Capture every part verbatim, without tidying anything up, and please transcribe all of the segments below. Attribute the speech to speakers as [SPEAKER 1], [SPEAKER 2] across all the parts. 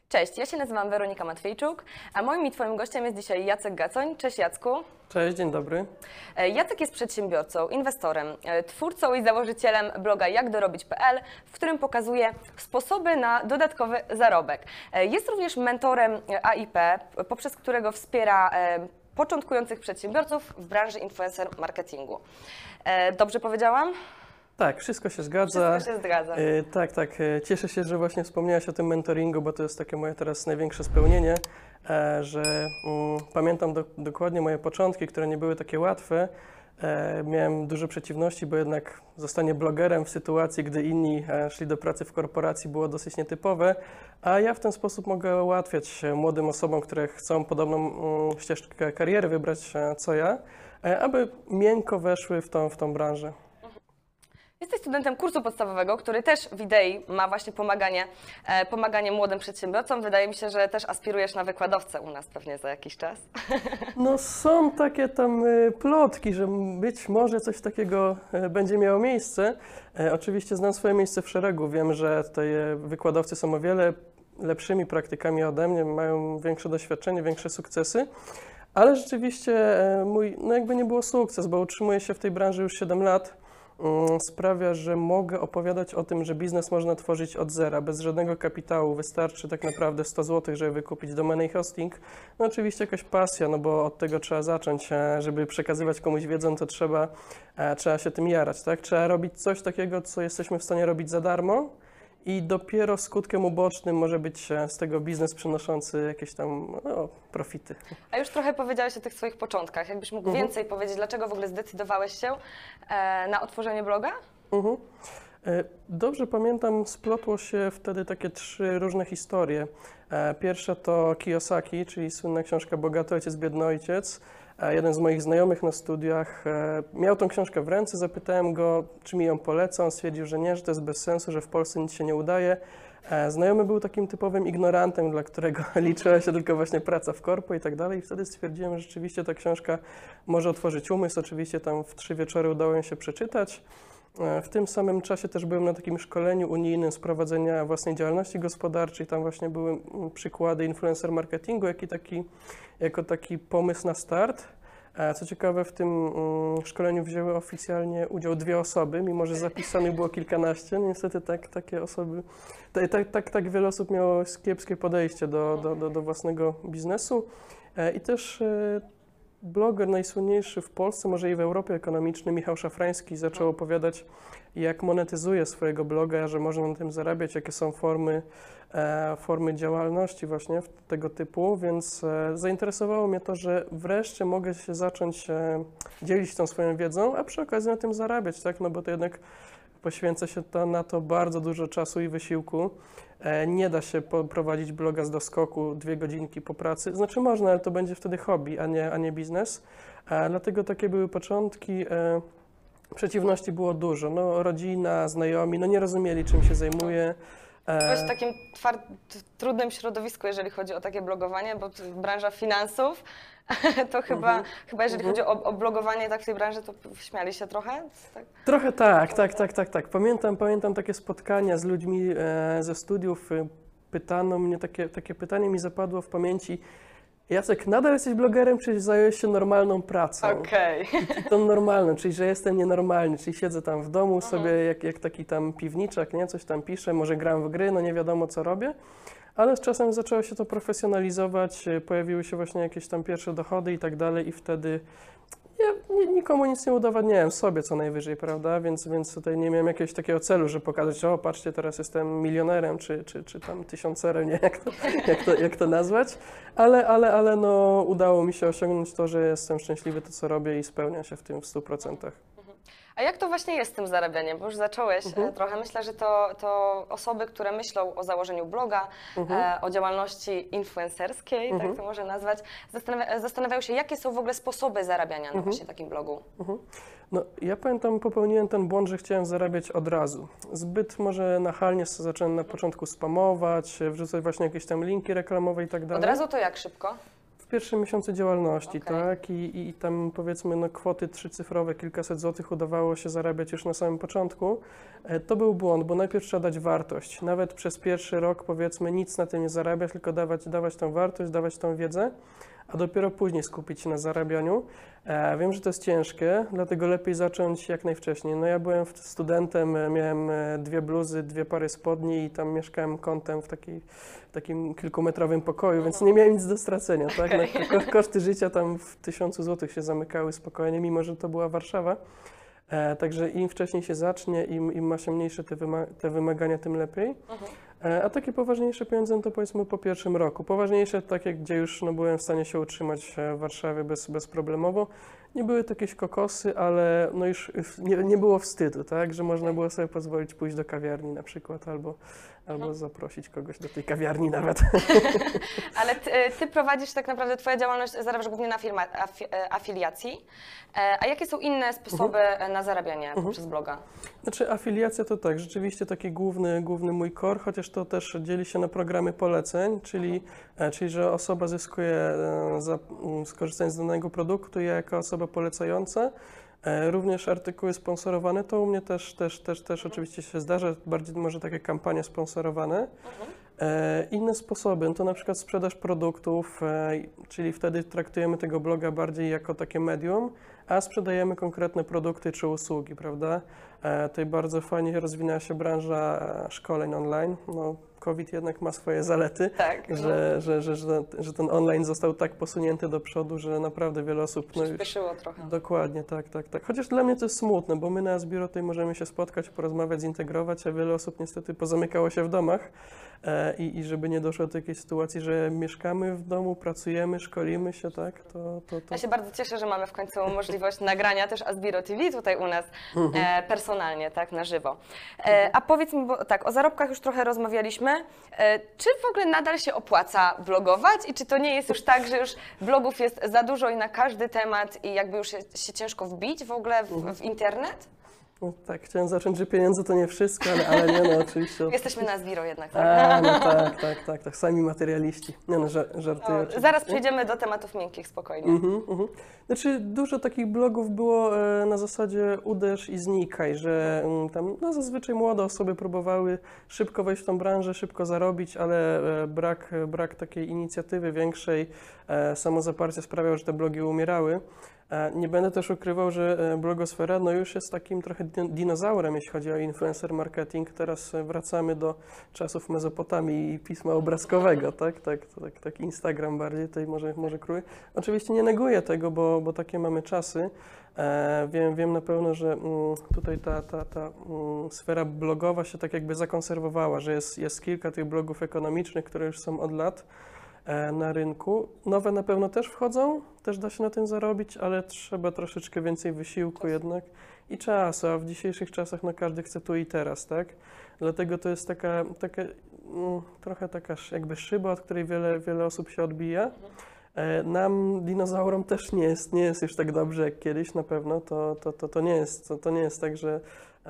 [SPEAKER 1] Cześć, ja się nazywam Weronika Matwiejczuk, a moim i Twoim gościem jest dzisiaj Jacek Gacoń. Cześć Jacku.
[SPEAKER 2] Cześć, dzień dobry.
[SPEAKER 1] Jacek jest przedsiębiorcą, inwestorem, twórcą i założycielem bloga jak dorobić kropka p l, w którym pokazuje sposoby na dodatkowy zarobek. Jest również mentorem A I P, poprzez którego wspiera początkujących przedsiębiorców w branży influencer marketingu. Dobrze powiedziałam?
[SPEAKER 2] Tak, wszystko się zgadza.
[SPEAKER 1] Wszystko się zgadza.
[SPEAKER 2] E, tak, tak. E, cieszę się, że właśnie wspomniałaś o tym mentoringu, bo to jest takie moje teraz największe spełnienie, e, że mm, pamiętam do, dokładnie moje początki, które nie były takie łatwe. E, miałem dużo przeciwności, bo jednak zostanie blogerem w sytuacji, gdy inni e, szli do pracy w korporacji, było dosyć nietypowe, a ja w ten sposób mogę ułatwiać młodym osobom, które chcą podobną mm, ścieżkę kariery wybrać e, co ja, e, aby miękko weszły w tą, w tą branżę.
[SPEAKER 1] Jesteś studentem kursu podstawowego, który też w idei ma właśnie pomaganie, e, pomaganie młodym przedsiębiorcom. Wydaje mi się, że też aspirujesz na wykładowcę u nas pewnie za jakiś czas.
[SPEAKER 2] No są takie tam y, plotki, że być może coś takiego y, będzie miało miejsce. E, oczywiście znam swoje miejsce w szeregu. Wiem, że tutaj y, wykładowcy są o wiele lepszymi praktykami ode mnie, mają większe doświadczenie, większe sukcesy. Ale rzeczywiście e, mój, no jakby nie było sukces, bo utrzymuję się w tej branży już siedem lat. Sprawia, że mogę opowiadać o tym, że biznes można tworzyć od zera, bez żadnego kapitału. Wystarczy tak naprawdę sto złotych, żeby wykupić domenę i hosting. No oczywiście jakaś pasja, no bo od tego trzeba zacząć. Żeby przekazywać komuś wiedzę, to trzeba, trzeba się tym jarać, tak? Trzeba robić coś takiego, co jesteśmy w stanie robić za darmo. I dopiero skutkiem ubocznym może być z tego biznes przynoszący jakieś tam no, profity.
[SPEAKER 1] A już trochę powiedziałeś o tych swoich początkach. Jakbyś mógł mhm. więcej powiedzieć, dlaczego w ogóle zdecydowałeś się e, na otworzenie bloga?
[SPEAKER 2] Mhm. Dobrze pamiętam, splotło się wtedy takie trzy różne historie. Pierwsza to Kiyosaki, czyli słynna książka Bogaty ojciec, biedny ojciec. Jeden z moich znajomych na studiach miał tą książkę w ręce, zapytałem go, czy mi ją poleca. On stwierdził, że nie, że to jest bez sensu, że w Polsce nic się nie udaje. Znajomy był takim typowym ignorantem, dla którego liczyła się tylko właśnie praca w korpo i tak dalej. I wtedy stwierdziłem, że rzeczywiście ta książka może otworzyć umysł. Oczywiście tam w trzy wieczory udało mi się przeczytać. W tym samym czasie też byłem na takim szkoleniu unijnym z prowadzenia własnej działalności gospodarczej. Tam właśnie były przykłady influencer marketingu, jak i taki, jako taki pomysł na start. Co ciekawe, w tym szkoleniu wzięły oficjalnie udział dwie osoby, mimo że zapisanych było kilkanaście. Niestety tak, takie osoby, tak, tak, tak, tak wiele osób miało kiepskie podejście do, do, do, do własnego biznesu. I też bloger najsłynniejszy w Polsce, może i w Europie ekonomiczny, Michał Szafrański, zaczął opowiadać, jak monetyzuje swojego bloga, że można na tym zarabiać, jakie są formy, e, formy działalności właśnie tego typu, więc e, zainteresowało mnie to, że wreszcie mogę się zacząć e, dzielić tą swoją wiedzą, a przy okazji na tym zarabiać, tak, no bo to jednak poświęca się to, na to bardzo dużo czasu i wysiłku. E, nie da się prowadzić bloga z doskoku dwie godzinki po pracy. Znaczy można, ale to będzie wtedy hobby, a nie, a nie biznes. E, dlatego takie były początki. E, przeciwności było dużo. No, rodzina, znajomi, no nie rozumieli, czym się zajmuję.
[SPEAKER 1] Byłeś w takim tward, trudnym środowisku, jeżeli chodzi o takie blogowanie, bo branża finansów, to chyba, mhm. chyba jeżeli mhm. chodzi o, o blogowanie tak w tej branży, to śmiali się trochę? Tak?
[SPEAKER 2] Trochę tak, tak, tak, tak, tak. Pamiętam, pamiętam takie spotkania z ludźmi e, ze studiów. Pytano mnie, takie, takie pytanie mi zapadło w pamięci. Jacek, nadal jesteś blogerem, czy zająłeś się normalną pracą?
[SPEAKER 1] Okej.
[SPEAKER 2] Okay. Tą normalną, czyli że jestem nienormalny, czyli siedzę tam w domu mhm. sobie jak, jak taki tam piwniczak, nie? Coś tam piszę, może gram w gry, no nie wiadomo co robię. Ale z czasem zaczęło się to profesjonalizować, pojawiły się właśnie jakieś tam pierwsze dochody i tak dalej i wtedy ja nikomu nic nie udowadniałem, sobie co najwyżej, prawda, więc, więc tutaj nie miałem jakiegoś takiego celu, że pokazać, o patrzcie, teraz jestem milionerem, czy, czy, czy tam tysiącerem, nie jak to, jak to, jak to nazwać, ale, ale, ale no udało mi się osiągnąć to, że jestem szczęśliwy to, co robię i spełnia się w tym w stu procentach.
[SPEAKER 1] A jak to właśnie jest z tym zarabianiem? Bo już zacząłeś mhm. trochę. Myślę, że to, to osoby, które myślą o założeniu bloga, mhm. e, o działalności influencerskiej, mhm. tak to można nazwać, zastanawia, zastanawiają się, jakie są w ogóle sposoby zarabiania na mhm. właśnie takim blogu.
[SPEAKER 2] Mhm. No, ja pamiętam, popełniłem ten błąd, że chciałem zarabiać od razu. Zbyt może nachalnie zacząłem na początku spamować, wrzucać właśnie jakieś tam linki reklamowe i tak dalej.
[SPEAKER 1] Od razu to jak szybko?
[SPEAKER 2] pierwszym miesiącu działalności,
[SPEAKER 1] Okej.
[SPEAKER 2] tak? I, I tam powiedzmy no, kwoty trzycyfrowe, kilkaset złotych udawało się zarabiać już na samym początku. E, To był błąd, bo najpierw trzeba dać wartość. Nawet przez pierwszy rok powiedzmy nic na tym nie zarabiać, tylko dawać, dawać tą wartość, dawać tą wiedzę, a dopiero później skupić się na zarabianiu. E, wiem, że to jest ciężkie, dlatego lepiej zacząć jak najwcześniej. No ja byłem w- studentem, e, miałem e, dwie bluzy, dwie pary spodni i tam mieszkałem kątem w, takiej, w takim kilkumetrowym pokoju, więc nie miałem nic do stracenia, tak? Na, ko- koszty życia tam w tysiącu złotych się zamykały spokojnie, mimo że to była Warszawa. E, także im wcześniej się zacznie, im, im ma się mniejsze te, wyma- te wymagania, tym lepiej.
[SPEAKER 1] Mhm.
[SPEAKER 2] E, A takie poważniejsze pieniądze, no to powiedzmy po pierwszym roku. Poważniejsze takie, gdzie już no, byłem w stanie się utrzymać e, w Warszawie bez, bezproblemowo. Nie były to jakieś kokosy, ale no już już nie, nie było wstydu, tak? Że można było sobie pozwolić pójść do kawiarni na przykład, albo, albo zaprosić kogoś do tej kawiarni nawet.
[SPEAKER 1] Ale ty, ty prowadzisz tak naprawdę, twoja działalność zarabiasz głównie na firma, afi, e, afiliacji. E, A jakie są inne sposoby e, na zarabianie poprzez bloga?
[SPEAKER 2] Znaczy afiliacja to tak, rzeczywiście taki główny, główny mój core, chociaż to też dzieli się na programy poleceń, czyli, e, czyli że osoba zyskuje e, za, m, skorzystając z danego produktu, ja jako osoba polecająca. E, Również artykuły sponsorowane, to u mnie też, też, też, też oczywiście się zdarza, bardziej może takie kampanie sponsorowane. E, Inne sposoby, no to na przykład sprzedaż produktów, e, czyli wtedy traktujemy tego bloga bardziej jako takie medium, a sprzedajemy konkretne produkty czy usługi, prawda? E, Tutaj bardzo fajnie rozwinęła się branża e, szkoleń online. No, COVID jednak ma swoje zalety,
[SPEAKER 1] Tak,
[SPEAKER 2] że, że, że, że, że ten online został tak posunięty do przodu, że naprawdę wiele osób no, już
[SPEAKER 1] Przyspieszyło trochę.
[SPEAKER 2] dokładnie, tak, tak, tak. Chociaż dla mnie to jest smutne, bo my na Asbiro tutaj możemy się spotkać, porozmawiać, zintegrować, a wiele osób niestety pozamykało się w domach e, i, i żeby nie doszło do takiej sytuacji, że mieszkamy w domu, pracujemy, szkolimy się, tak, to... to, to...
[SPEAKER 1] Ja się bardzo cieszę, że mamy w końcu możliwość nagrania też Asbiro T V tutaj u nas e, personalnie, tak, na żywo. E, a powiedz mi, bo tak, o zarobkach już trochę rozmawialiśmy. E, czy w ogóle nadal się opłaca vlogować i czy to nie jest już tak, że już vlogów jest za dużo i na każdy temat i jakby już się, się ciężko wbić w ogóle w, w internet?
[SPEAKER 2] No, tak, chciałem zacząć, że pieniądze to nie wszystko, ale, ale nie, no oczywiście...
[SPEAKER 1] Jesteśmy na Asbiro jednak, tak?
[SPEAKER 2] A, no tak, tak, tak, tak, sami materialiści. Nie no, żar- żartuję
[SPEAKER 1] O,
[SPEAKER 2] oczywiście.
[SPEAKER 1] zaraz przejdziemy do tematów miękkich, spokojnie.
[SPEAKER 2] Mhm, mhm. Znaczy dużo takich blogów było e, na zasadzie uderz i znikaj, że mm, tam no, zazwyczaj młode osoby próbowały szybko wejść w tą branżę, szybko zarobić, ale e, brak, brak takiej inicjatywy większej, e, samozaparcie sprawiał, że te blogi umierały. E, Nie będę też ukrywał, że e, blogosfera no już jest takim trochę din- dinozaurem, jeśli chodzi o influencer marketing. Teraz e, wracamy do czasów Mezopotamii i pisma obrazkowego, tak? Tak, tak, tak Instagram bardziej tutaj może, może krój. Oczywiście nie neguję tego, bo, bo takie mamy czasy. E, wiem, wiem na pewno, że mm, tutaj ta, ta, ta mm, sfera blogowa się tak jakby zakonserwowała, że jest, jest kilka tych blogów ekonomicznych, które już są od lat e, na rynku. Nowe na pewno też wchodzą, też da się na tym zarobić, ale trzeba troszeczkę więcej wysiłku jednak i czasu, a w dzisiejszych czasach no każdy chce tu i teraz, tak? Dlatego to jest taka, taka mm, trochę taka sz- jakby szyba, od której wiele, wiele osób się odbija. E, Nam, dinozaurom, też nie jest, nie jest już tak dobrze jak kiedyś na pewno. To, to, to, to, nie, jest, to, to nie jest tak, że,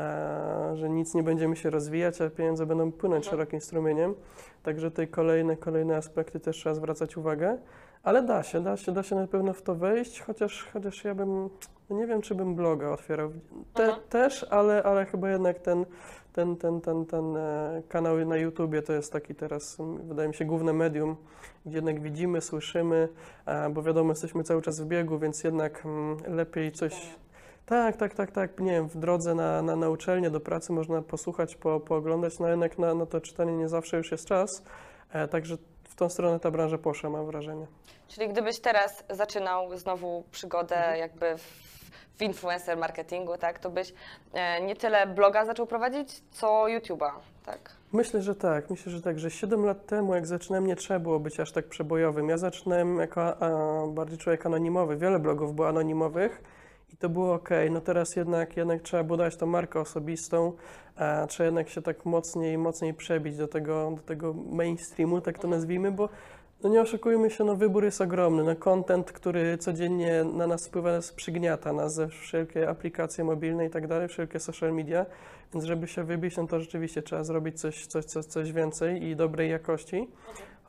[SPEAKER 2] e, że nic nie będziemy się rozwijać, a pieniądze będą płynąć szerokim strumieniem. Także tutaj kolejne, kolejne aspekty też trzeba zwracać uwagę. Ale da się, da się, da się na pewno w to wejść, chociaż, chociaż ja bym, no nie wiem, czy bym bloga otwierał. Te,
[SPEAKER 1] Mhm.
[SPEAKER 2] Też, ale, ale chyba jednak ten, ten, ten, ten, ten e, kanał na YouTubie to jest taki teraz, m, wydaje mi się, główne medium, gdzie jednak widzimy, słyszymy, e, bo wiadomo, jesteśmy cały czas w biegu, więc jednak mm, lepiej coś... Tak, tak, tak, tak, nie wiem, w drodze na, na, na uczelnię, do pracy można posłuchać, po, pooglądać, no jednak na, na to czytanie nie zawsze już jest czas, e, także w tą stronę ta branża poszła, mam wrażenie.
[SPEAKER 1] Czyli gdybyś teraz zaczynał znowu przygodę jakby w, w influencer marketingu, tak, to byś e, nie tyle bloga zaczął prowadzić, co YouTube'a, tak?
[SPEAKER 2] Myślę, że tak. Myślę, że tak, że siedem lat temu, jak zaczynałem, nie trzeba było być aż tak przebojowym. Ja zaczynałem jako a, bardziej człowiek anonimowy. Wiele blogów było anonimowych i to było ok. No teraz jednak, jednak trzeba budować tą markę osobistą, a trzeba jednak się tak mocniej, mocniej przebić do tego, do tego mainstreamu, tak to nazwijmy, bo no nie oszukujmy się, no wybór jest ogromny. No content, który codziennie na nas wpływa, nas przygniata nas ze wszelkie aplikacje mobilne i tak dalej, wszelkie social media, więc żeby się wybić, no to rzeczywiście trzeba zrobić coś, coś, coś, coś więcej i dobrej jakości.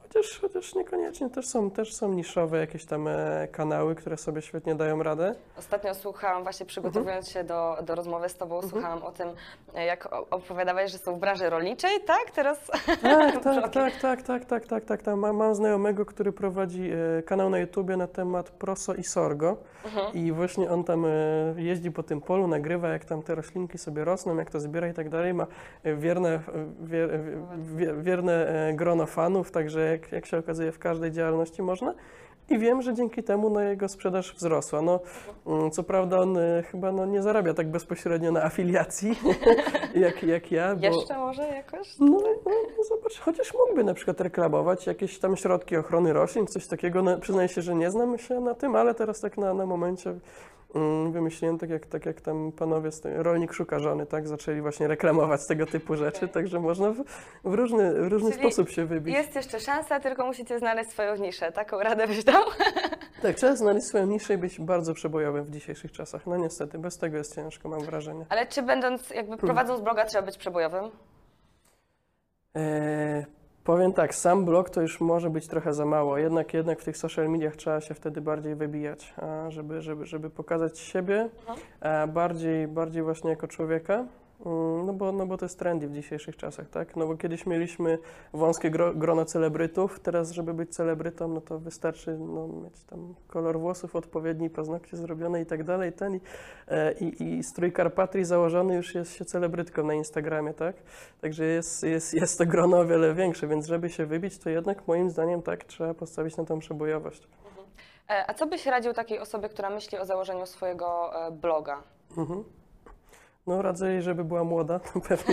[SPEAKER 2] chociaż, chociaż niekoniecznie, też są, też są niszowe jakieś tam e, kanały, które sobie świetnie dają radę.
[SPEAKER 1] Ostatnio słuchałam, właśnie przygotowując się do, do rozmowy z Tobą, słuchałam o tym, jak o- opowiadałeś, że są w branży rolniczej, tak? Teraz
[SPEAKER 2] Tak, tak, tak, tak, tak, tak, tak, tak, tak. Mam, mam znajomego, który prowadzi e, kanał na YouTubie na temat proso i sorgo
[SPEAKER 1] Mhm.
[SPEAKER 2] i właśnie on tam e, jeździ po tym polu, nagrywa jak tam te roślinki sobie rosną, jak to zbiera i tak dalej. Ma e, wierne, e, wier, wie, wierne e, grono fanów, także jak, jak się okazuje w każdej działalności można. I wiem, że dzięki temu no, jego sprzedaż wzrosła. No, mm, co prawda on e, chyba no, nie zarabia tak bezpośrednio na afiliacji jak, jak ja. Bo,
[SPEAKER 1] jeszcze może jakoś?
[SPEAKER 2] no, no, no zobacz, chociaż mógłby na przykład reklamować jakieś tam środki ochrony roślin, coś takiego. No, przyznaję się, że nie znam się na tym, ale teraz tak na, na momencie mm, wymyśliłem, tak jak, tak jak tam panowie, z tej, rolnik szuka żony, tak, zaczęli właśnie reklamować tego typu rzeczy,
[SPEAKER 1] Okej.
[SPEAKER 2] także można w, w różny, w różny
[SPEAKER 1] Czyli
[SPEAKER 2] sposób się wybić.
[SPEAKER 1] Jest jeszcze szansa, tylko musicie znaleźć swoją niszę. Taką radę byś dał?
[SPEAKER 2] Tak, trzeba znaleźć swoją niszę i być bardzo przebojowym w dzisiejszych czasach. No niestety, bez tego jest ciężko, mam wrażenie.
[SPEAKER 1] Ale czy będąc, jakby prowadząc bloga, trzeba być przebojowym?
[SPEAKER 2] Eee, powiem tak, sam blog to już może być trochę za mało, jednak, jednak w tych social mediach trzeba się wtedy bardziej wybijać, a, żeby, żeby, żeby pokazać siebie a, bardziej, bardziej właśnie jako człowieka. Mm, No bo, no bo to jest trendy w dzisiejszych czasach, tak? No bo kiedyś mieliśmy wąskie gro, grono celebrytów, teraz żeby być celebrytą, no to wystarczy no, mieć tam kolor włosów odpowiedni, paznokcie zrobione i tak dalej, ten i, e, i, i strój Karpatrii założony już jest się celebrytką na Instagramie, tak? Także jest, jest, jest to grono o wiele większe, więc żeby się wybić, to jednak moim zdaniem tak, trzeba postawić na tą przebojowość.
[SPEAKER 1] E, A co byś radził takiej osobie, która myśli o założeniu swojego e, bloga?
[SPEAKER 2] Mhm. No radzę jej, żeby była młoda, na pewno.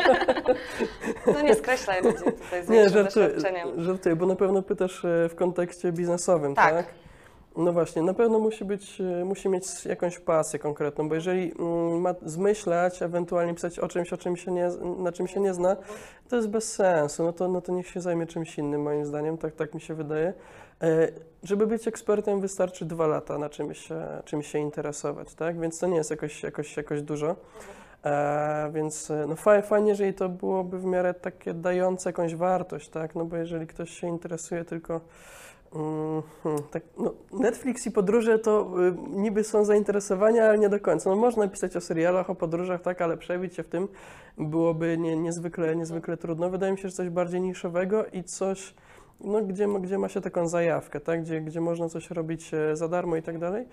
[SPEAKER 1] No nie skreślaj ludzi tutaj z
[SPEAKER 2] Nie,
[SPEAKER 1] większym
[SPEAKER 2] żartuję,
[SPEAKER 1] doświadczeniem.
[SPEAKER 2] żartuję, bo na pewno pytasz e, w kontekście biznesowym,
[SPEAKER 1] Tak.
[SPEAKER 2] tak? No właśnie, na pewno musi być, e, musi mieć jakąś pasję konkretną, bo jeżeli mm, ma zmyślać, ewentualnie pisać o czymś, o czym się nie, na czym się nie zna, to jest bez sensu, no to, no to niech się zajmie czymś innym moim zdaniem, tak, tak mi się wydaje. E, Żeby być ekspertem wystarczy dwa lata na czymś się, czymś się interesować, tak? Więc to nie jest jakoś, jakoś, jakoś dużo. E, więc e, no faj, fajnie, jeżeli to byłoby w miarę takie dające jakąś wartość, tak? No bo jeżeli ktoś się interesuje tylko mm, hmm, tak, no Netflix i podróże to y, niby są zainteresowania, ale nie do końca. No można pisać o serialach, o podróżach, tak, ale przebić się w tym byłoby nie, niezwykle, niezwykle trudno. Wydaje mi się, że coś bardziej niszowego i coś, no, gdzie, ma- gdzie ma się taką zajawkę, tak? Gdzie, gdzie można coś robić e, za darmo i tak dalej.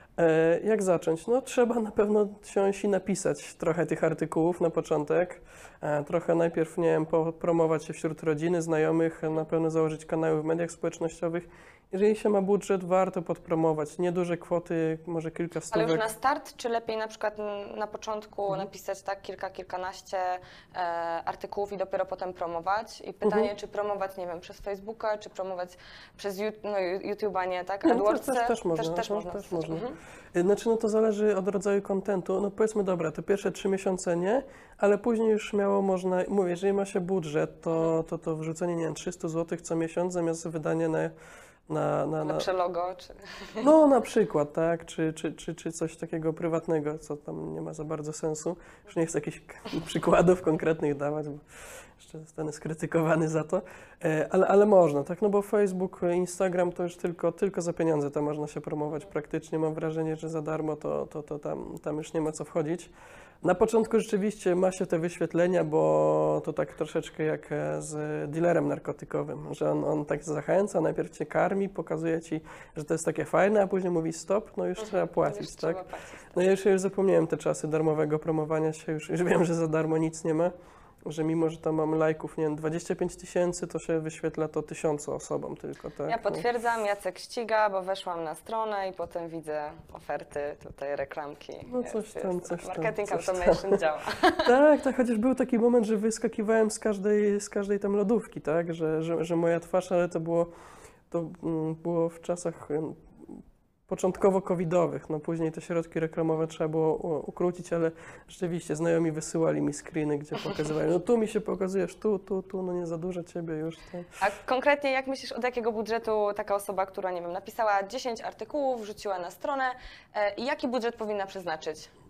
[SPEAKER 2] E, Jak zacząć? No trzeba na pewno siąść i napisać trochę tych artykułów na początek. E, Trochę najpierw, nie wiem, promować się wśród rodziny, znajomych, na pewno założyć kanały w mediach społecznościowych. Jeżeli się ma budżet, warto podpromować. Nieduże kwoty, może kilka
[SPEAKER 1] Ale
[SPEAKER 2] stówek.
[SPEAKER 1] już na start, czy lepiej na przykład n- na początku
[SPEAKER 2] Mhm.
[SPEAKER 1] napisać tak kilka, kilkanaście e, artykułów i dopiero potem promować? I pytanie,
[SPEAKER 2] Mhm.
[SPEAKER 1] czy promować, nie wiem, przez Facebooka, czy promować przez Ju- no, YouTube'a, nie, tak?
[SPEAKER 2] Nie, też,
[SPEAKER 1] AdWordsy?
[SPEAKER 2] też, też można.
[SPEAKER 1] Też, też
[SPEAKER 2] no,
[SPEAKER 1] można.
[SPEAKER 2] też
[SPEAKER 1] wpisać.
[SPEAKER 2] można.
[SPEAKER 1] Mhm.
[SPEAKER 2] Znaczy, no to zależy od rodzaju kontentu. No powiedzmy, dobra, te pierwsze trzy miesiące nie, ale później już śmiało można, mówię, jeżeli ma się budżet, to, to, to wrzucenie, nie wiem, trzysta złotych co miesiąc zamiast wydanie na, na, na, na
[SPEAKER 1] Lepsze logo, czy...
[SPEAKER 2] no na przykład, tak, czy, czy, czy, czy coś takiego prywatnego, co tam nie ma za bardzo sensu. Już nie chcę jakichś k- przykładów konkretnych dawać, bo jeszcze zostanę skrytykowany za to, E, ale, ale można, tak, no bo Facebook, Instagram to już tylko, tylko za pieniądze tam można się promować praktycznie. Mam wrażenie, że za darmo to, to, to tam, tam już nie ma co wchodzić. Na początku rzeczywiście ma się te wyświetlenia, bo to tak troszeczkę jak e, z dealerem narkotykowym, że on, on tak zachęca, najpierw cię karmi, pokazuje ci, że to jest takie fajne, a później mówi stop, no już trzeba
[SPEAKER 1] Już
[SPEAKER 2] płacić, tak?
[SPEAKER 1] trzeba płacić.
[SPEAKER 2] No ja już, już zapomniałem te czasy darmowego promowania się, już, już wiem, że za darmo nic nie ma, że mimo, że tam mam lajków, nie wiem, dwadzieścia pięć tysięcy, to się wyświetla to tysiącu osobom tylko, tak?
[SPEAKER 1] Ja
[SPEAKER 2] No.
[SPEAKER 1] potwierdzam, Jacek ściga, bo weszłam na stronę i potem widzę oferty, tutaj reklamki.
[SPEAKER 2] No coś tam, coś tam,
[SPEAKER 1] Marketing
[SPEAKER 2] coś tam.
[SPEAKER 1] automation działa.
[SPEAKER 2] Tak, tak, chociaż był taki moment, że wyskakiwałem z każdej, z każdej tam lodówki, tak, że, że, że moja twarz, ale to było, to mm, było w czasach mm, początkowo covidowych, no później te środki reklamowe trzeba było u- ukrócić, ale rzeczywiście znajomi wysyłali mi screeny, gdzie pokazywali, no tu mi się pokazujesz, tu, tu, tu, no nie za dużo ciebie już. To...
[SPEAKER 1] A konkretnie jak myślisz, od jakiego budżetu taka osoba, która, nie wiem, napisała dziesięć artykułów, wrzuciła na stronę, e, i jaki budżet powinna przeznaczyć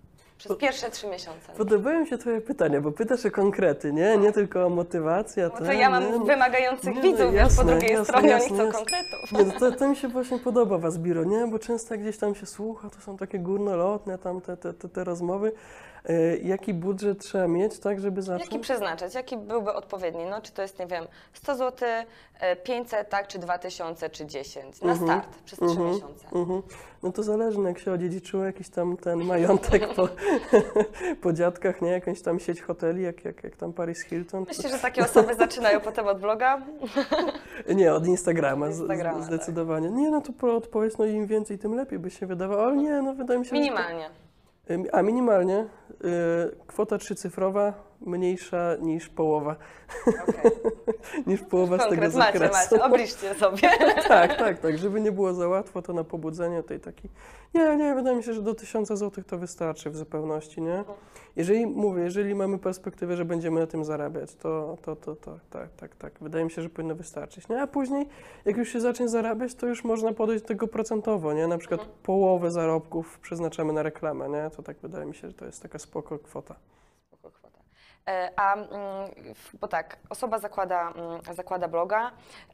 [SPEAKER 1] Przez pierwsze trzy miesiące.
[SPEAKER 2] Podobają mi się twoje pytania, bo pytasz o konkrety, nie? Nie tylko o motywację.
[SPEAKER 1] Bo to ja mam
[SPEAKER 2] nie?
[SPEAKER 1] wymagających
[SPEAKER 2] Nie,
[SPEAKER 1] widzów,
[SPEAKER 2] no,
[SPEAKER 1] wiesz,
[SPEAKER 2] jasne,
[SPEAKER 1] po drugiej
[SPEAKER 2] jasne,
[SPEAKER 1] stronie
[SPEAKER 2] jasne,
[SPEAKER 1] oni chcą
[SPEAKER 2] jasne.
[SPEAKER 1] konkretów.
[SPEAKER 2] Nie, no to, to mi się właśnie podoba was, Biro, nie? Bo często gdzieś tam się słucha, to są takie górnolotne tam te, te, te, te rozmowy. E, jaki budżet trzeba mieć, tak, żeby zacząć?
[SPEAKER 1] Jaki przeznaczyć? Jaki byłby odpowiedni? No, czy to jest, nie wiem, sto złotych, pięćset, tak, czy dwa tysiące, czy dziesięć? Na
[SPEAKER 2] Mhm,
[SPEAKER 1] start, przez trzy
[SPEAKER 2] mhm,
[SPEAKER 1] miesiące.
[SPEAKER 2] mhm. No to zależy, jak się odziedziczyło jakiś tam ten majątek po, po dziadkach, nie? Jakąś tam sieć hoteli, jak, jak, jak tam Paris Hilton. To...
[SPEAKER 1] Myślę, że takie osoby zaczynają potem od bloga.
[SPEAKER 2] Nie, od Instagrama,
[SPEAKER 1] Od Instagrama,
[SPEAKER 2] z, zdecydowanie. Nie, no to po odpowiedź, no im więcej, tym lepiej by się wydawało, ale nie, no wydaje mi się,
[SPEAKER 1] Minimalnie.
[SPEAKER 2] że... To... A minimalnie, y, kwota trzycyfrowa, mniejsza niż połowa.
[SPEAKER 1] Okay.
[SPEAKER 2] niż połowa z tego
[SPEAKER 1] Konkret macie,
[SPEAKER 2] zakresu.
[SPEAKER 1] macie, obliczcie sobie.
[SPEAKER 2] tak, tak, tak, żeby nie było za łatwo, to na pobudzenie tej taki... Nie, nie, wydaje mi się, że do tysiąca złotych to wystarczy w zupełności, nie? Jeżeli, mówię, jeżeli mamy perspektywę, że będziemy na tym zarabiać, to, to, to, to tak, tak, tak, wydaje mi się, że powinno wystarczyć, nie? A później, jak już się zacznie zarabiać, to już można podejść do tego procentowo, nie? Na przykład mhm. połowę zarobków przeznaczamy na reklamę, nie? To tak wydaje mi się, że to jest taka spoko kwota.
[SPEAKER 1] Spoko kwota. A, bo tak, osoba zakłada, zakłada bloga,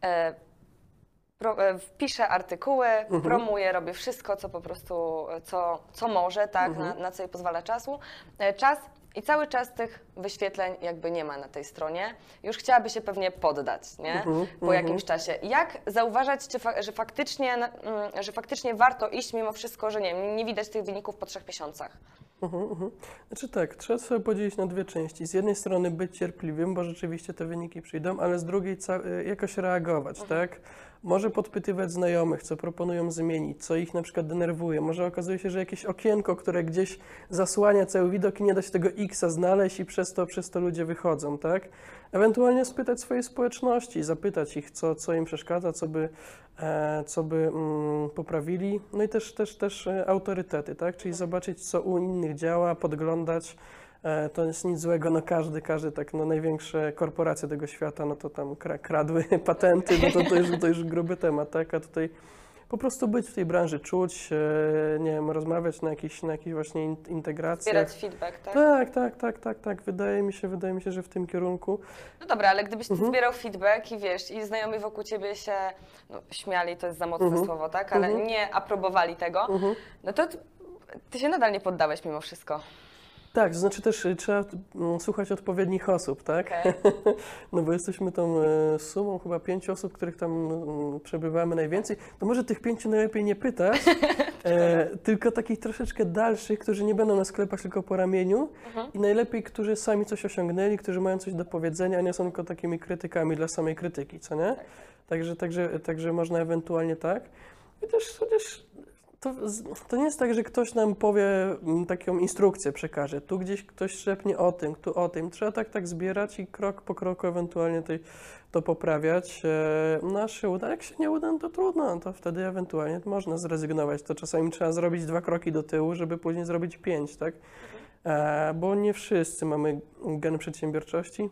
[SPEAKER 1] Pro, wpisze artykuły, mhm. promuje, robi wszystko, co po prostu, co, co może, tak, mhm. na, na co jej pozwala czasu, czas i cały czas tych wyświetleń jakby nie ma na tej stronie. Już chciałaby się pewnie poddać, nie?
[SPEAKER 2] Mhm.
[SPEAKER 1] Po mhm. jakimś czasie. Jak zauważać, czy fa że, faktycznie, że faktycznie warto iść mimo wszystko, że nie, nie widać tych wyników po trzech miesiącach?
[SPEAKER 2] Mhm, mhm. Znaczy tak, trzeba sobie podzielić na dwie części. Z jednej strony być cierpliwym, bo rzeczywiście te wyniki przyjdą, ale z drugiej jakoś reagować, mhm. tak? Może podpytywać znajomych, co proponują zmienić, co ich na przykład denerwuje. Może okazuje się, że jakieś okienko, które gdzieś zasłania cały widok i nie da się tego X-a znaleźć i przez to, przez to ludzie wychodzą, tak? Ewentualnie spytać swojej społeczności, zapytać ich, co, co im przeszkadza, co by, e, co by mm, poprawili. No i też, też, też e, autorytety, tak? Czyli zobaczyć, co u innych działa, podglądać. E, to jest nic złego, no każdy, każdy, tak, no największe korporacje tego świata, no to tam kra kradły patenty, no to, to, już, to już gruby temat, tak? A tutaj po prostu być w tej branży, czuć, e, nie wiem, rozmawiać na jakichś, na jakichś właśnie in integracjach.
[SPEAKER 1] Zbierać feedback, tak?
[SPEAKER 2] Tak, tak, tak, tak, tak. Wydaje mi się, wydaje mi się, że w tym kierunku.
[SPEAKER 1] No dobra, ale gdybyś ty
[SPEAKER 2] mhm.
[SPEAKER 1] zbierał feedback i wiesz, i znajomi wokół ciebie się no, śmiali, to jest za mocne
[SPEAKER 2] mhm.
[SPEAKER 1] słowo, tak? Ale
[SPEAKER 2] mhm.
[SPEAKER 1] nie aprobowali tego,
[SPEAKER 2] mhm.
[SPEAKER 1] no to ty się nadal nie poddałeś mimo wszystko.
[SPEAKER 2] Tak, to znaczy też trzeba mm, słuchać odpowiednich osób, tak?
[SPEAKER 1] Okay.
[SPEAKER 2] No bo jesteśmy tą e, sumą chyba pięciu osób, których tam mm, przebywamy najwięcej. To może tych pięciu najlepiej nie pytać, e, tylko takich troszeczkę dalszych, którzy nie będą na sklepach, tylko po ramieniu mhm. i najlepiej, którzy sami coś osiągnęli, którzy mają coś do powiedzenia, a nie są tylko takimi krytykami dla samej krytyki, co nie? Tak. Także, także, także można ewentualnie tak. I też chociaż To, to nie jest tak, że ktoś nam powie taką instrukcję, przekaże. Tu gdzieś ktoś szepnie o tym, tu o tym. Trzeba tak, tak zbierać i krok po kroku ewentualnie tej, to poprawiać. No a się uda. Jak się nie uda, no to trudno. No to wtedy ewentualnie można zrezygnować. To czasami trzeba zrobić dwa kroki do tyłu, żeby później zrobić pięć, tak? E, bo nie wszyscy mamy gen przedsiębiorczości.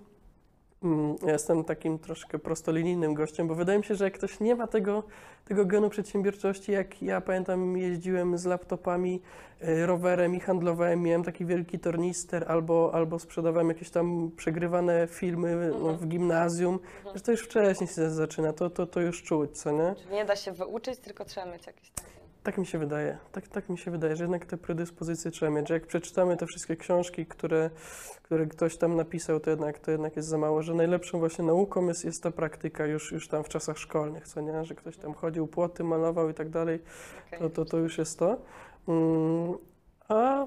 [SPEAKER 2] Ja jestem takim troszkę prostolinijnym gościem, bo wydaje mi się, że jak ktoś nie ma tego, tego genu przedsiębiorczości, jak ja pamiętam, jeździłem z laptopami, rowerem i handlowałem, miałem taki wielki tornister albo, albo sprzedawałem jakieś tam przegrywane filmy mhm. w gimnazjum, mhm. że to już wcześniej się zaczyna, to, to, to już czuć, co nie?
[SPEAKER 1] Czyli nie da się wyuczyć, tylko trzeba mieć jakieś takie...
[SPEAKER 2] Tak mi się wydaje, tak, tak mi się wydaje, że jednak te predyspozycje trzeba mieć, że jak przeczytamy te wszystkie książki, które, które ktoś tam napisał, to jednak, to jednak jest za mało, że najlepszą właśnie nauką jest, jest ta praktyka już, już tam w czasach szkolnych, co nie, że ktoś tam chodził, płoty malował i tak dalej, okay. to, to, to już jest to. Um, a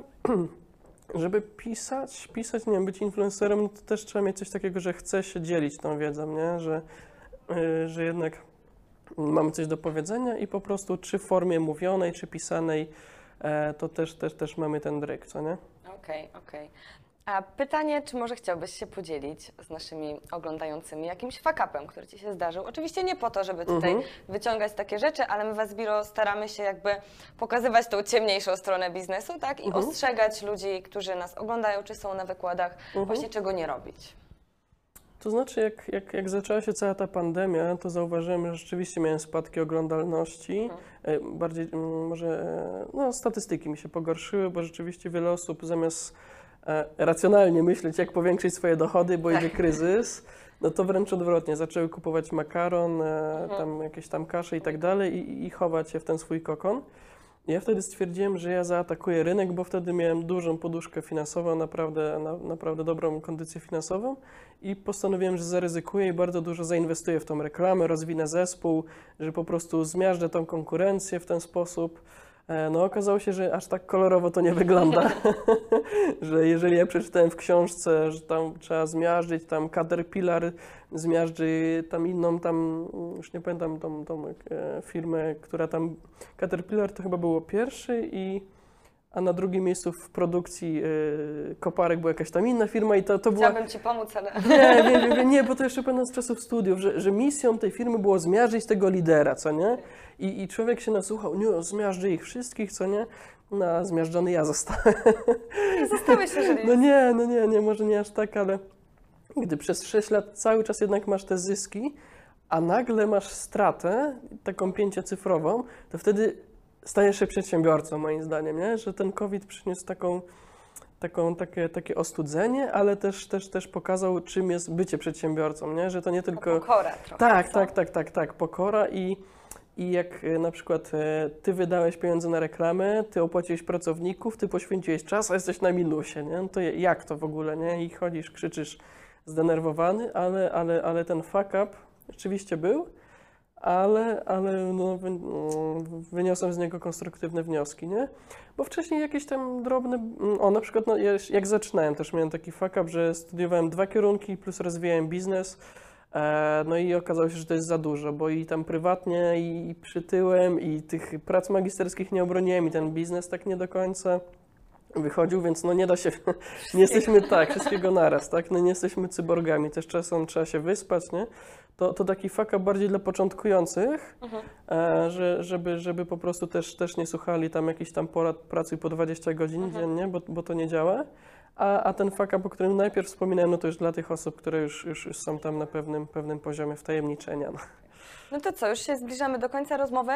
[SPEAKER 2] żeby pisać, pisać, nie wiem, być influencerem, no to też trzeba mieć coś takiego, że chce się dzielić tą wiedzą, nie, że, yy, że jednak mamy coś do powiedzenia i po prostu czy w formie mówionej, czy pisanej, e, to też, też, też mamy ten dryk, co nie?
[SPEAKER 1] Okej, okay, okej. Okay. A pytanie, czy może chciałbyś się podzielić z naszymi oglądającymi jakimś fuck-upem, który Ci się zdarzył? Oczywiście nie po to, żeby tutaj mhm. wyciągać takie rzeczy, ale my w Asbiro staramy się jakby pokazywać tą ciemniejszą stronę biznesu, tak? I mhm. ostrzegać ludzi, którzy nas oglądają, czy są na wykładach, mhm. właśnie czego nie robić.
[SPEAKER 2] To znaczy, jak, jak, jak zaczęła się cała ta pandemia, to zauważyłem, że rzeczywiście miałem spadki oglądalności. Mhm. Bardziej mm, może e, no, statystyki mi się pogorszyły, bo rzeczywiście wiele osób zamiast e, racjonalnie myśleć, jak powiększyć swoje dochody, bo idzie kryzys, no to wręcz odwrotnie. Zaczęły kupować makaron, e, mhm. tam jakieś tam kasze i tak dalej i, i chować się w ten swój kokon. Ja wtedy stwierdziłem, że ja zaatakuję rynek, bo wtedy miałem dużą poduszkę finansową, naprawdę, na, naprawdę dobrą kondycję finansową i postanowiłem, że zaryzykuję i bardzo dużo zainwestuję w tą reklamę, rozwinę zespół, że po prostu zmiażdżę tą konkurencję w ten sposób. No okazało się, że aż tak kolorowo to nie wygląda, że jeżeli ja przeczytałem w książce, że tam trzeba zmiażdżyć, tam Caterpillar zmiażdży tam inną, tam już nie pamiętam tą, tą e, firmę, która tam, Caterpillar to chyba było pierwszy i a na drugim miejscu w produkcji e, koparek była jakaś tam inna firma i to, to była...
[SPEAKER 1] Chciałabym Ci pomóc, ale...
[SPEAKER 2] Nie, nie, nie, nie, bo to jeszcze pamiętam z czasów studiów, że, że misją tej firmy było zmiażdżyć tego lidera, co nie? I, i człowiek się nasłuchał, nie, zmiażdży ich wszystkich, co nie? No, zmiażdżony ja zostałem.
[SPEAKER 1] Nie zostałeś, jeżeli...
[SPEAKER 2] No nie, no nie, nie, może nie aż tak, ale gdy przez sześć lat cały czas jednak masz te zyski, a nagle masz stratę, taką pięciocyfrową, to wtedy stajesz się przedsiębiorcą, moim zdaniem, nie? Że ten COVID przyniósł taką, taką, takie, takie ostudzenie, ale też, też, też pokazał, czym jest bycie przedsiębiorcą, nie? Że to nie tylko...
[SPEAKER 1] Pokora trochę.
[SPEAKER 2] Tak,
[SPEAKER 1] co?
[SPEAKER 2] tak, tak, tak, tak, pokora i, i jak e, na przykład e, ty wydałeś pieniądze na reklamę, ty opłaciłeś pracowników, ty poświęciłeś czas, a jesteś na minusie, nie? No to je- jak to w ogóle, nie? I chodzisz, krzyczysz zdenerwowany, ale, ale, ale ten fuck up rzeczywiście był. Ale, ale no, wy, no, wyniosłem z niego konstruktywne wnioski, nie? Bo wcześniej jakieś tam drobne... O, na przykład no, ja, jak zaczynałem, też miałem taki fuck up, że studiowałem dwa kierunki plus rozwijałem biznes. E, no i okazało się, że to jest za dużo, bo i tam prywatnie, i, i przytyłem, i tych prac magisterskich nie obroniłem, i ten biznes tak nie do końca wychodził, więc no nie da się, nie jesteśmy tak, wszystkiego naraz, tak? No nie jesteśmy cyborgami, też czasem trzeba się wyspać, nie? To, to taki fuck up bardziej dla początkujących, mhm. e, że, żeby, żeby po prostu też, też nie słuchali tam jakichś tam porad pracuj po dwadzieścia godzin mhm. dziennie, bo, bo to nie działa. A, a ten fuck up, o którym najpierw wspominałem, no to już dla tych osób, które już, już, już są tam na pewnym, pewnym poziomie wtajemniczenia. No.
[SPEAKER 1] No to co, już się zbliżamy do końca rozmowy.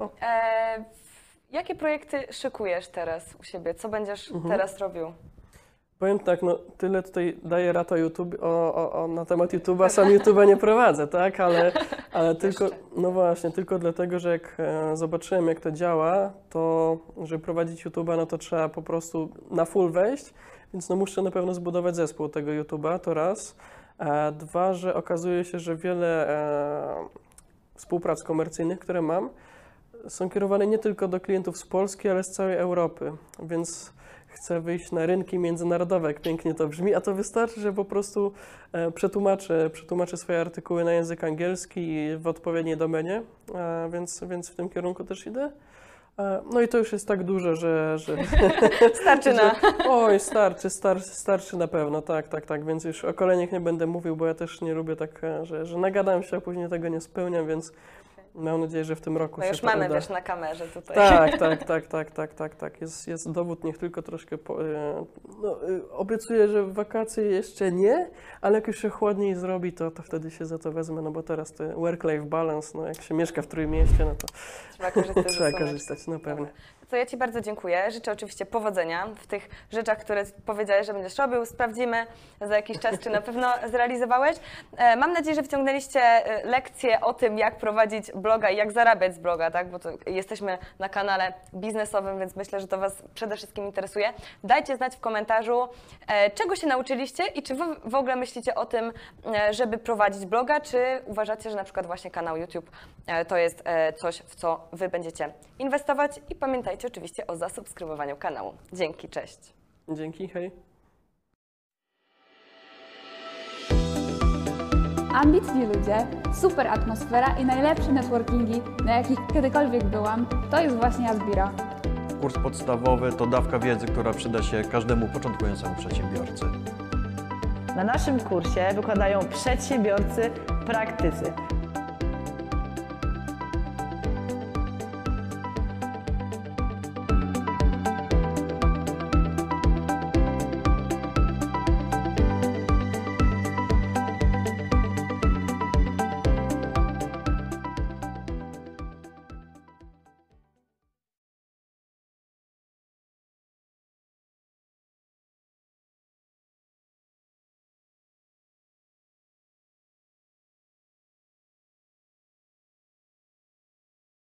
[SPEAKER 1] E, jakie projekty szykujesz teraz u siebie? Co będziesz mhm. teraz robił?
[SPEAKER 2] Powiem tak, no tyle tutaj daję rata YouTube, o, o, o, na temat YouTube'a, sam YouTube'a nie prowadzę, tak, ale, ale tylko, no właśnie, tylko dlatego, że jak e, zobaczyłem jak to działa, to żeby prowadzić YouTube'a, no to trzeba po prostu na full wejść, więc no muszę na pewno zbudować zespół tego YouTube'a, to raz. E, dwa, że okazuje się, że wiele e, współprac komercyjnych, które mam, są kierowane nie tylko do klientów z Polski, ale z całej Europy, więc chcę wyjść na rynki międzynarodowe, jak pięknie to brzmi, a to wystarczy, że po prostu e, przetłumaczę, przetłumaczę swoje artykuły na język angielski w odpowiedniej domenie, e, więc, więc w tym kierunku też idę. E, no i to już jest tak dużo, że... że
[SPEAKER 1] starczy na...
[SPEAKER 2] Że, oj, starczy, starczy, starczy na pewno, tak, tak, tak, więc już o kolejnych nie będę mówił, bo ja też nie lubię tak, że, że nagadam się, a później tego nie spełniam, więc mam nadzieję, że w tym roku
[SPEAKER 1] no
[SPEAKER 2] się
[SPEAKER 1] już
[SPEAKER 2] to
[SPEAKER 1] mamy
[SPEAKER 2] uda.
[SPEAKER 1] też na kamerze tutaj.
[SPEAKER 2] Tak, tak, tak, tak, tak, tak, tak. Jest, jest dowód, niech tylko troszkę... Po, no, obiecuję, że w wakacje jeszcze nie, ale jak już się chłodniej zrobi, to, to wtedy się za to wezmę, no bo teraz to work-life balance, no jak się mieszka w Trójmieście, no to
[SPEAKER 1] trzeba korzystać.
[SPEAKER 2] trzeba korzystać, no pewnie.
[SPEAKER 1] To ja Ci bardzo dziękuję. Życzę oczywiście powodzenia w tych rzeczach, które powiedziałeś, że będziesz robił. Sprawdzimy za jakiś czas, czy na pewno zrealizowałeś. Mam nadzieję, że wciągnęliście lekcje o tym, jak prowadzić bloga i jak zarabiać z bloga, tak? Bo to jesteśmy na kanale biznesowym, więc myślę, że to Was przede wszystkim interesuje. Dajcie znać w komentarzu, czego się nauczyliście i czy Wy w ogóle myślicie o tym, żeby prowadzić bloga, czy uważacie, że na przykład właśnie kanał YouTube to jest coś, w co Wy będziecie inwestować i pamiętajcie oczywiście o zasubskrybowaniu kanału. Dzięki, cześć.
[SPEAKER 2] Dzięki, hej.
[SPEAKER 3] Ambitni ludzie, super atmosfera i najlepsze networkingi, na jakich kiedykolwiek byłam, to jest właśnie Asbiro.
[SPEAKER 4] Kurs podstawowy to dawka wiedzy, która przyda się każdemu początkującemu przedsiębiorcy.
[SPEAKER 5] Na naszym kursie wykładają przedsiębiorcy, praktycy.